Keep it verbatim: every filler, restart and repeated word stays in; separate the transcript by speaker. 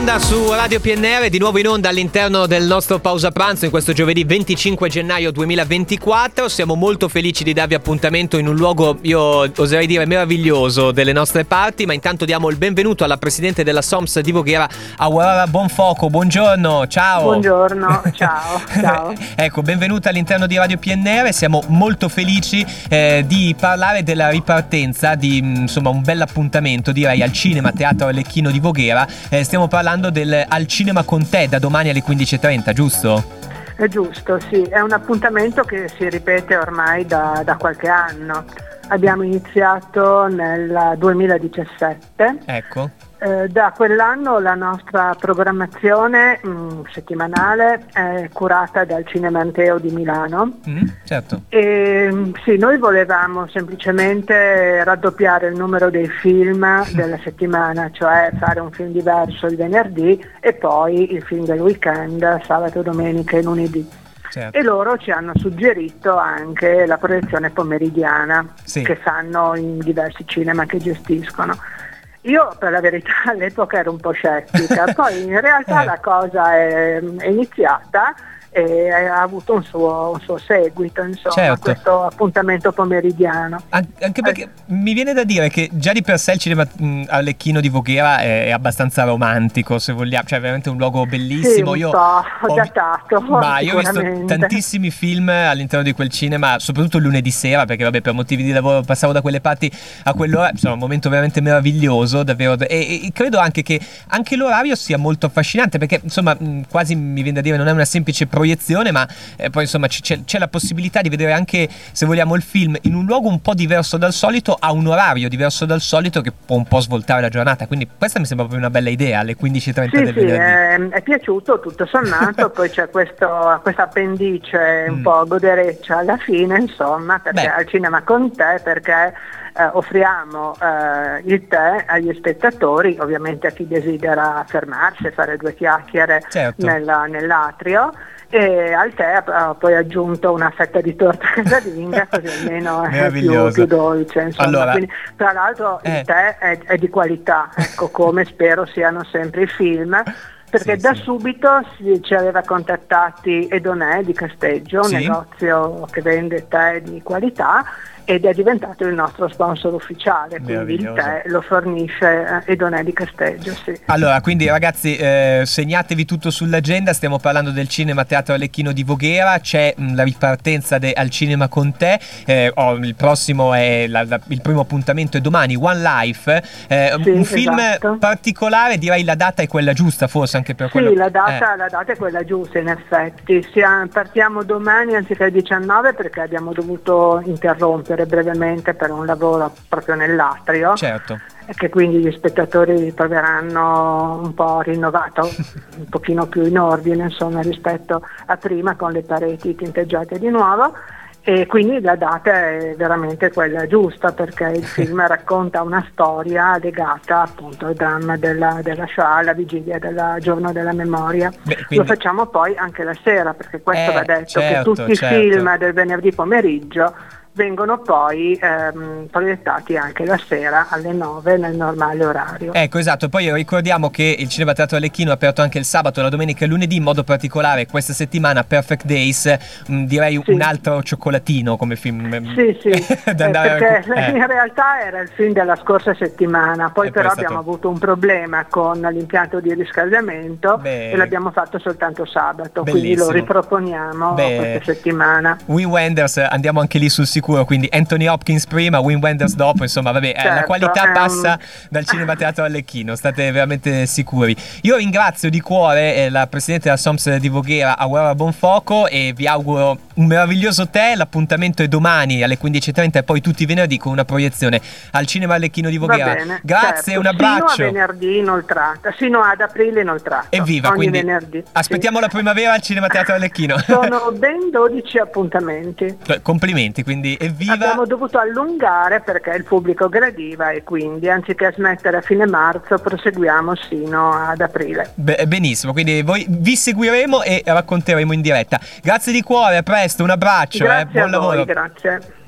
Speaker 1: onda su Radio P N R, di nuovo in onda all'interno del nostro pausa pranzo in questo giovedì venticinque gennaio duemilaventiquattro. Siamo molto felici di darvi appuntamento in un luogo, io oserei dire, meraviglioso delle nostre parti, ma intanto diamo il benvenuto alla presidente della S O M S di Voghera, Aurora Bonfoco. Buongiorno, ciao.
Speaker 2: Buongiorno, ciao, ciao.
Speaker 1: Ecco, benvenuta all'interno di Radio P N R. Siamo molto felici eh, di parlare della ripartenza di, insomma, un bel appuntamento, direi, al Cinema Teatro Arlecchino di Voghera. Eh, stiamo parlando del Al Cinema con te, da domani alle quindici e trenta, giusto?
Speaker 2: È giusto, sì, è un appuntamento che si ripete ormai da, da qualche anno. Abbiamo iniziato nel duemiladiciassette.
Speaker 1: Ecco.
Speaker 2: Eh, da quell'anno la nostra programmazione mh, settimanale è curata dal Cinema Anteo di Milano.
Speaker 1: Mm, certo.
Speaker 2: E mh, sì, noi volevamo semplicemente raddoppiare il numero dei film della settimana, cioè fare un film diverso il venerdì e poi il film del weekend, sabato, domenica e lunedì.
Speaker 1: Certo.
Speaker 2: E loro ci hanno suggerito anche la proiezione pomeridiana,
Speaker 1: sì,
Speaker 2: che fanno in diversi cinema che gestiscono. Io, per la verità, all'epoca ero un po' scettica, poi in realtà
Speaker 1: eh.
Speaker 2: la cosa è, è iniziata e ha avuto un suo, un suo seguito, insomma,
Speaker 1: certo,
Speaker 2: questo appuntamento pomeridiano.
Speaker 1: An- anche perché eh. mi viene da dire che già di per sé il Cinema mh, Arlecchino di Voghera è, è abbastanza romantico, se vogliamo, cioè è veramente un luogo bellissimo.
Speaker 2: Sì, un
Speaker 1: io
Speaker 2: po'
Speaker 1: ho
Speaker 2: datato,
Speaker 1: ma io ho visto tantissimi film all'interno di quel cinema, soprattutto il lunedì sera, perché vabbè, per motivi di lavoro passavo da quelle parti a quell'ora. Insomma, un momento veramente meraviglioso, davvero, e, e credo anche che anche l'orario sia molto affascinante, perché insomma mh, quasi mi viene da dire non è una semplice proiezione, ma eh, poi insomma c'è, c'è la possibilità di vedere anche, se vogliamo, il film in un luogo un po' diverso dal solito, a un orario diverso dal solito, che può un po' svoltare la giornata. Quindi questa mi sembra proprio una bella idea, alle quindici e trenta
Speaker 2: sì,
Speaker 1: del
Speaker 2: sì,
Speaker 1: venerdì.
Speaker 2: È, è piaciuto tutto sommato. Poi c'è questo, questa appendice un
Speaker 1: mm.
Speaker 2: po' godereccia alla fine, insomma, perché
Speaker 1: Beh.
Speaker 2: al Cinema con te, perché eh, offriamo eh, il tè agli spettatori, ovviamente a chi desidera fermarsi e fare due chiacchiere,
Speaker 1: certo,
Speaker 2: nella, nell'atrio. E al tè ha poi aggiunto una fetta di torta casalinga, così almeno è più, più dolce, insomma.
Speaker 1: Allora,
Speaker 2: quindi, tra l'altro
Speaker 1: eh.
Speaker 2: il tè è, è di qualità, ecco, come spero siano sempre i film, perché
Speaker 1: sì,
Speaker 2: da
Speaker 1: sì.
Speaker 2: subito si, ci aveva contattati Edonè di Casteggio, un
Speaker 1: sì.
Speaker 2: negozio che vende tè di qualità, ed è diventato il nostro sponsor ufficiale, quindi il tè lo fornisce Edonè di Casteggio, sì.
Speaker 1: Allora, quindi ragazzi, eh, segnatevi tutto sull'agenda. Stiamo parlando del Cinema Teatro Arlecchino di Voghera. C'è mh, la ripartenza de- al Cinema con te. eh, oh, il prossimo è la, la, il primo appuntamento è domani, One Life, eh,
Speaker 2: sì,
Speaker 1: un film
Speaker 2: esatto.
Speaker 1: particolare, direi. La data è quella giusta, forse, anche per quello.
Speaker 2: Sì, la data,
Speaker 1: eh.
Speaker 2: la data è quella giusta, in effetti. Siamo, partiamo domani anziché il diciannove, perché abbiamo dovuto interrompere brevemente per un lavoro proprio nell'atrio,
Speaker 1: certo,
Speaker 2: e che quindi gli spettatori troveranno un po' rinnovato, un pochino più in ordine, insomma, rispetto a prima, con le pareti tinteggiate di nuovo. E quindi la data è veramente quella giusta, perché il film racconta una storia legata appunto al dramma della, della Shoah, alla vigilia del giorno della memoria.
Speaker 1: Beh, quindi...
Speaker 2: Lo facciamo poi anche la sera, perché questo
Speaker 1: eh,
Speaker 2: va detto,
Speaker 1: certo,
Speaker 2: che tutti
Speaker 1: certo.
Speaker 2: i film del venerdì pomeriggio vengono poi ehm, proiettati anche la sera alle nove nel normale orario.
Speaker 1: Ecco, esatto. Poi ricordiamo che il Cinema Teatro Arlecchino è aperto anche il sabato, la domenica e il lunedì, in modo particolare questa settimana Perfect Days, mh, direi sì. un altro cioccolatino come film.
Speaker 2: Sì, sì,
Speaker 1: da andare
Speaker 2: perché
Speaker 1: a... eh.
Speaker 2: in realtà era il film della scorsa settimana, poi
Speaker 1: e
Speaker 2: però
Speaker 1: poi
Speaker 2: abbiamo
Speaker 1: stato...
Speaker 2: avuto un problema con l'impianto di riscaldamento. Beh. E l'abbiamo fatto soltanto sabato. Bellissimo. Quindi lo riproponiamo Beh. questa settimana.
Speaker 1: Wim Wenders, andiamo anche lì sul sicuro, quindi Anthony Hopkins prima, Wim Wenders dopo, insomma, vabbè, certo, eh, la qualità passa um... dal Cinema Teatro Arlecchino, state veramente sicuri. Io ringrazio di cuore eh, la presidente della S O M S di Voghera, Aurora Bonfoco, e vi auguro un meraviglioso tè. L'appuntamento è domani alle quindici e trenta e poi tutti i venerdì con una proiezione al Cinema Arlecchino di Voghera.
Speaker 2: Va bene,
Speaker 1: grazie,
Speaker 2: certo.
Speaker 1: Un abbraccio.
Speaker 2: Sino a venerdì inoltrato, sino ad aprile inoltrato.
Speaker 1: Evviva,
Speaker 2: ogni
Speaker 1: quindi
Speaker 2: venerdì.
Speaker 1: aspettiamo
Speaker 2: sì.
Speaker 1: la primavera al Cinema Teatro Arlecchino.
Speaker 2: Sono ben dodici appuntamenti.
Speaker 1: Complimenti, quindi evviva.
Speaker 2: Abbiamo dovuto allungare perché il pubblico gradiva, e quindi anziché smettere a fine marzo proseguiamo sino ad aprile.
Speaker 1: Be- benissimo, quindi voi vi seguiremo e racconteremo in diretta. Grazie di cuore, a presto, un abbraccio,
Speaker 2: grazie
Speaker 1: eh, buon
Speaker 2: a voi,
Speaker 1: lavoro.
Speaker 2: Grazie.